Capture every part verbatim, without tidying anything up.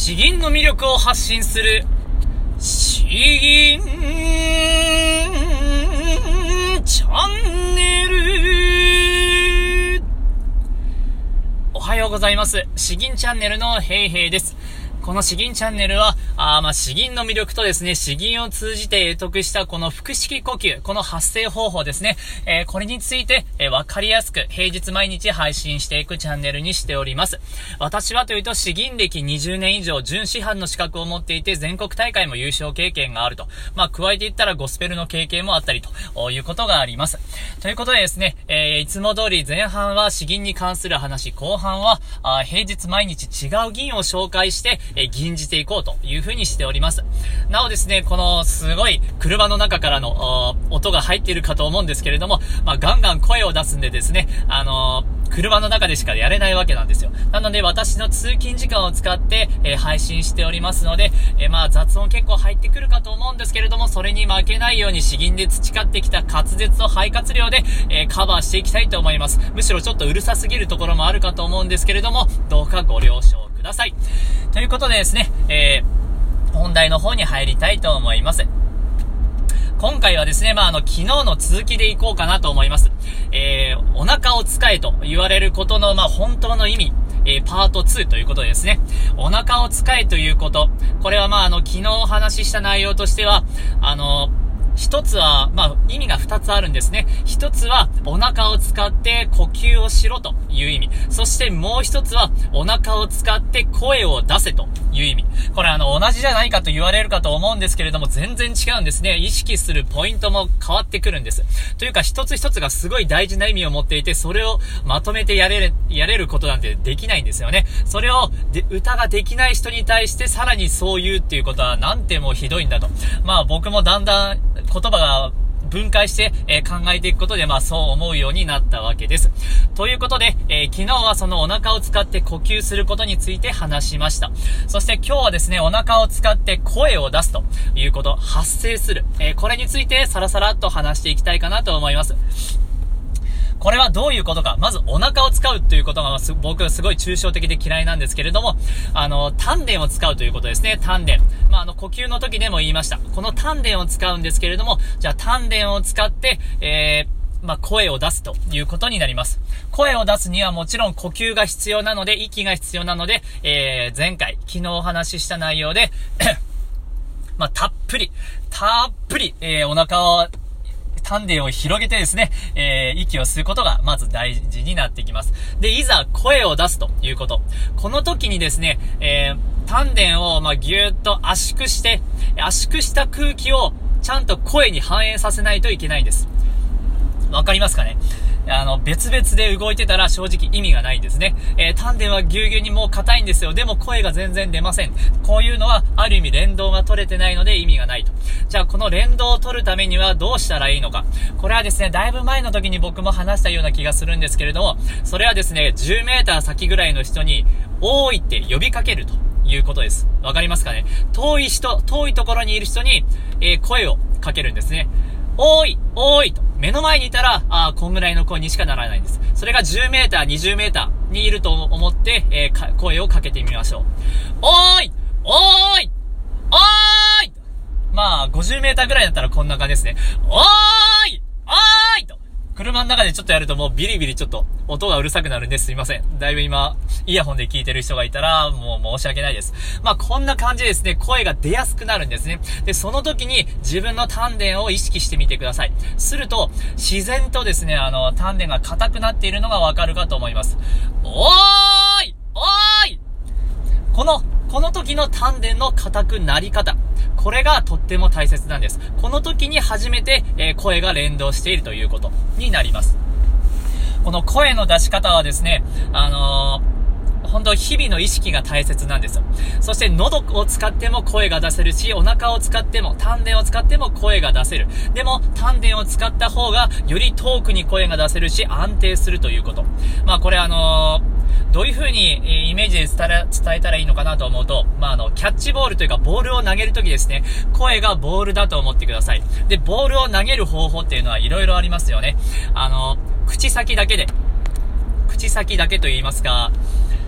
詩吟の魅力を発信する詩吟チャンネル。おはようございます。詩吟チャンネルのヘイヘイです。この詩吟チャンネルは、あまあ、詩吟の魅力とですね、詩吟を通じて得得したこの腹式呼吸、この発声方法ですね、えー、これについて、えー、わかりやすく平日毎日配信していくチャンネルにしております。私はというと、詩吟歴にじゅうねん以上、準師範の資格を持っていて、全国大会も優勝経験があると。まあ、加えて言ったらゴスペルの経験もあったりということがあります。ということでですね、えー、いつも通り前半は詩吟に関する話、後半は、あ平日毎日違う吟を紹介して、え吟じていこうという風にしております。なおですね、このすごい車の中からの音が入っているかと思うんですけれども、まあ、ガンガン声を出すんでですね、あのー、車の中でしかやれないわけなんですよ。なので私の通勤時間を使って、えー、配信しておりますので、えー、まあ雑音結構入ってくるかと思うんですけれども、それに負けないように詩吟で培ってきた滑舌と肺活量で、えー、カバーしていきたいと思います。むしろちょっとうるさすぎるところもあるかと思うんですけれども、どうかご了承ください。ということでですね、えー、本題の方に入りたいと思います。今回はですね、まあ、あの、昨日の続きでいこうかなと思います。えー、お腹を使えと言われることの、まあ、本当の意味、えー、パートツーということですね。お腹を使えということ。これはまあ、あの、昨日お話しした内容としては、あの、一つは、まあ、意味が二つあるんですね。一つは、お腹を使って呼吸をしろという意味。そしてもう一つは、お腹を使って声を出せという意味。これあの、同じじゃないかと言われるかと思うんですけれども、全然違うんですね。意識するポイントも変わってくるんです。というか、一つ一つがすごい大事な意味を持っていて、それをまとめてやれる、やれることなんてできないんですよね。それをで、歌ができない人に対してさらにそう言うっていうことはなんてもうひどいんだと。まあ僕もだんだん言葉が分解して、えー、考えていくことで、まあそう思うようになったわけです。ということで、えー、昨日はそのお腹を使って呼吸することについて話しました。そして今日はですね、お腹を使って声を出すということ、発声する、えー、これについてさらさらっと話していきたいかなと思います。これはどういうことか。まずお腹を使うということが僕はすごい抽象的で嫌いなんですけれども、あの、丹田を使うということですね。丹田。まあ、あの、呼吸の時でも言いました。この丹田を使うんですけれども、じゃあ丹田を使って、えー、まあ、声を出すということになります。声を出すにはもちろん呼吸が必要なので、息が必要なので、えー、前回、昨日お話しした内容で、まあ、たっぷり、たっぷり、えー、お腹を、丹田を広げてですね、えー、息を吸うことがまず大事になってきます。で、いざ声を出すということ。この時にですね、えー、丹田をまあぎゅーっと圧縮して、圧縮した空気をちゃんと声に反映させないといけないんです。わかりますかね？あの、別々で動いてたら正直意味がないんですね。えー、丹田はぎゅうぎゅうにもう硬いんですよ。でも声が全然出ません。こういうのはある意味連動が取れてないので意味がないと。じゃあこの連動を取るためにはどうしたらいいのか。これはですね、だいぶ前の時に僕も話したような気がするんですけれども、それはですね、じゅうメーター先ぐらいの人に、おーいって呼びかけるということです。わかりますかね？遠い人、遠いところにいる人に、えー、声をかけるんですね。おーい、おーいと。目の前にいたら、ああ、こんぐらいの声にしかならないんです。それがじゅうメーター、にじゅうメーターにいると思って、えー、声をかけてみましょう。おーい、おーい、おーい。まあ、ごじゅうメーターぐらいだったらこんな感じですね。おーい、おーいと。車の中でちょっとやるともうビリビリちょっと音がうるさくなるんです。すいません。だいぶ今、イヤホンで聞いてる人がいたら、もう申し訳ないです。まあこんな感じでですね、声が出やすくなるんですね。で、その時に自分の丹田を意識してみてください。すると、自然とですね、あの、丹田が硬くなっているのがわかるかと思います。おーいおーいこの、この時の丹田の硬くなり方。これがとっても大切なんです。この時に初めて、えー、声が連動しているということになります。この声の出し方はですね、あのー、本当日々の意識が大切なんですよ。そして喉を使っても声が出せるし、お腹を使っても、丹田を使っても声が出せる。でも、丹田を使った方がより遠くに声が出せるし、安定するということ。まあこれあのー、どういう風にイメージで伝え、伝えたらいいのかなと思うと、まあ、あの、キャッチボールというか、ボールを投げるときですね、声がボールだと思ってください。で、ボールを投げる方法っていうのは色々ありますよね。あの、口先だけで、口先だけと言いますか、手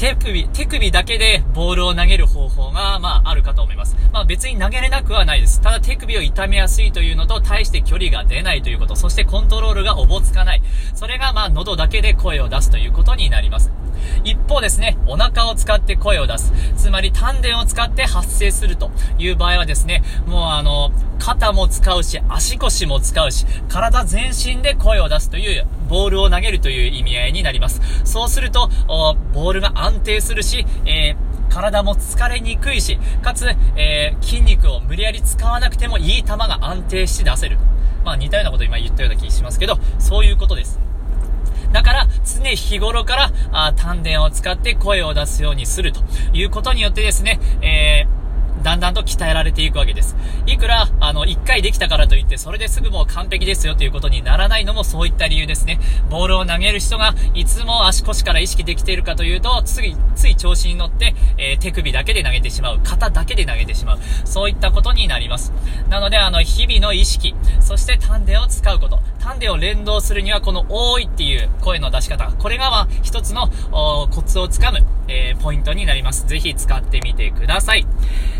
手首、手首だけでボールを投げる方法が、まあ、あるかと思います。まあ、別に投げれなくはないです。ただ手首を痛めやすいというのと、対して距離が出ないということ、そしてコントロールがおぼつかない。それが、まあ、喉だけで声を出すということになります。一方ですね、お腹を使って声を出す。つまり丹田を使って発声するという場合はですね、もうあの、肩も使うし、足腰も使うし、体全身で声を出すという、ボールを投げるという意味合いになります。そうすると、ボールが安定するし、えー体も疲れにくいし、かつ、えー、筋肉を無理やり使わなくてもいい球が安定して出せる。まあ似たようなことを今言ったような気がしますけど、そういうことです。だから常日頃からあ丹田を使って声を出すようにするということによってですね、えーだんだんと鍛えられていくわけです。いくら、あの、一回できたからといって、それですぐもう完璧ですよということにならないのもそういった理由ですね。ボールを投げる人が、いつも足腰から意識できているかというと、つい、つい調子に乗って、えー、手首だけで投げてしまう。肩だけで投げてしまう。そういったことになります。なので、あの、日々の意識、そして丹田を使うこと。丹田を連動するには、この、おーいっていう声の出し方。これが、まあ、一つの、コツをつかむ、えー、ポイントになります。ぜひ使ってみてください。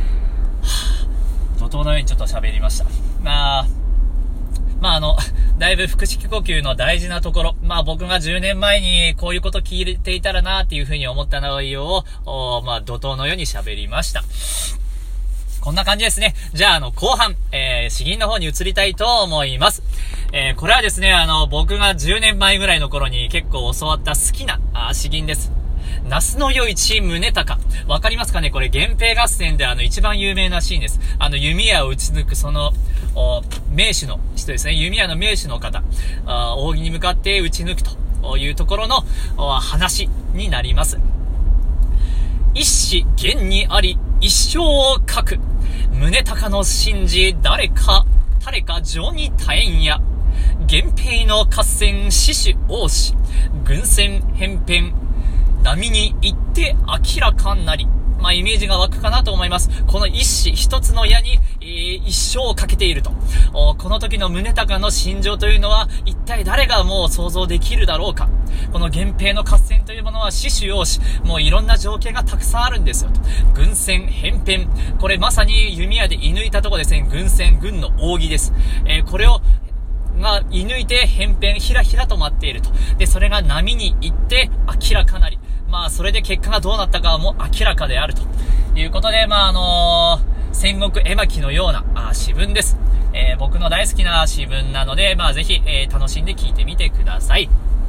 怒涛のようにちょっと喋りました。まあ、まああの、だいぶ腹式呼吸の大事なところ、まあ僕がじゅうねんまえにこういうこと聞いていたらなっていうふうに思った内容を、まあ怒涛のように喋りました。こんな感じですね。じゃああの後半、えー、詩吟の方に移りたいと思います。えー、これはですね、あの僕がじゅうねんまえぐらいの頃に結構教わった好きなあ詩吟です。那須与一宗隆。わかりますかね？これ源平合戦であの一番有名なシーンです。あの弓矢を撃ち抜くその名手の人ですね。弓矢の名手の方。あ扇に向かって撃ち抜くというところの話になります。一子現にあり一生を書く。宗隆の神事誰か誰か情に絶えんや。源平の合戦死守王子。軍戦返編。波に行って明らかなり。まあ、イメージが湧くかなと思います。この一子一つの矢に、えー、一生をかけていると。この時の宗隆の心情というのは、一体誰がもう想像できるだろうか。この源平の合戦というものは死守王子。もういろんな情景がたくさんあるんですよと。軍戦、返編。これまさに弓矢で射抜いたところですね。軍戦、軍の扇です。えー、これを、が射抜いて返編、ひらひらと待っていると。で、それが波に行って明らかなり。まあ、それで結果がどうなったかはもう明らかであるということで、まあ、あのー、戦国絵巻のようなあ詩文です。えー、僕の大好きな詩文なので、まあ、ぜひ、えー、楽しんで聞いてみてください。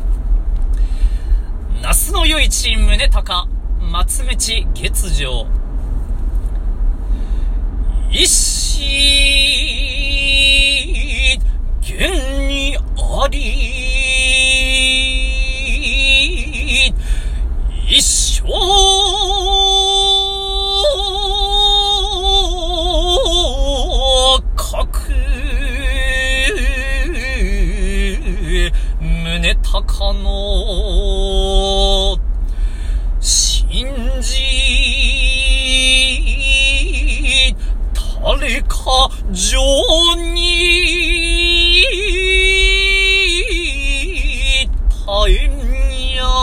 那須与一宗隆、松口月城。一子現にあり、一生書く。宗隆の神事誰か情に絶えんや。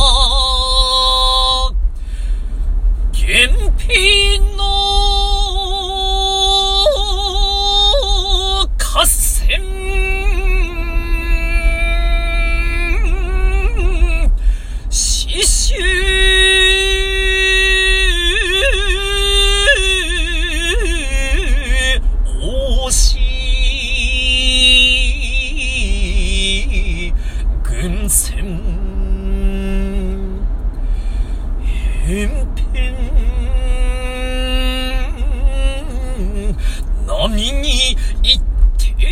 源平の合戦死守王子軍戦返編波に行って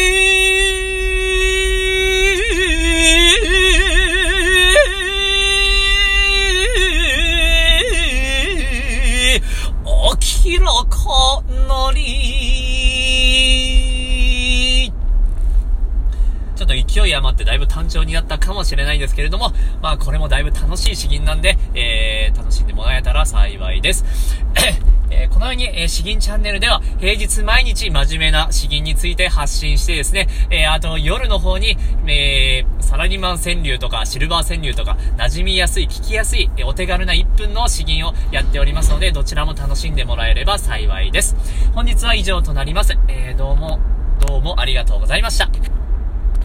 明らかなり。ちょっと勢い余ってだいぶ単調になったかかもしれないですけれども、まあこれもだいぶ楽しい詩吟なんで、えー、楽しんでもらえたら幸いです。えー、このように、えー、詩吟チャンネルでは平日毎日真面目な詩吟について発信してですね、えー、あと夜の方に、えー、サラリーマン川柳とかシルバー川柳とか馴染みやすい、聞きやすい、えー、お手軽ないっぷんの詩吟をやっておりますので、どちらも楽しんでもらえれば幸いです。本日は以上となります。えー、どうもどうもありがとうございました。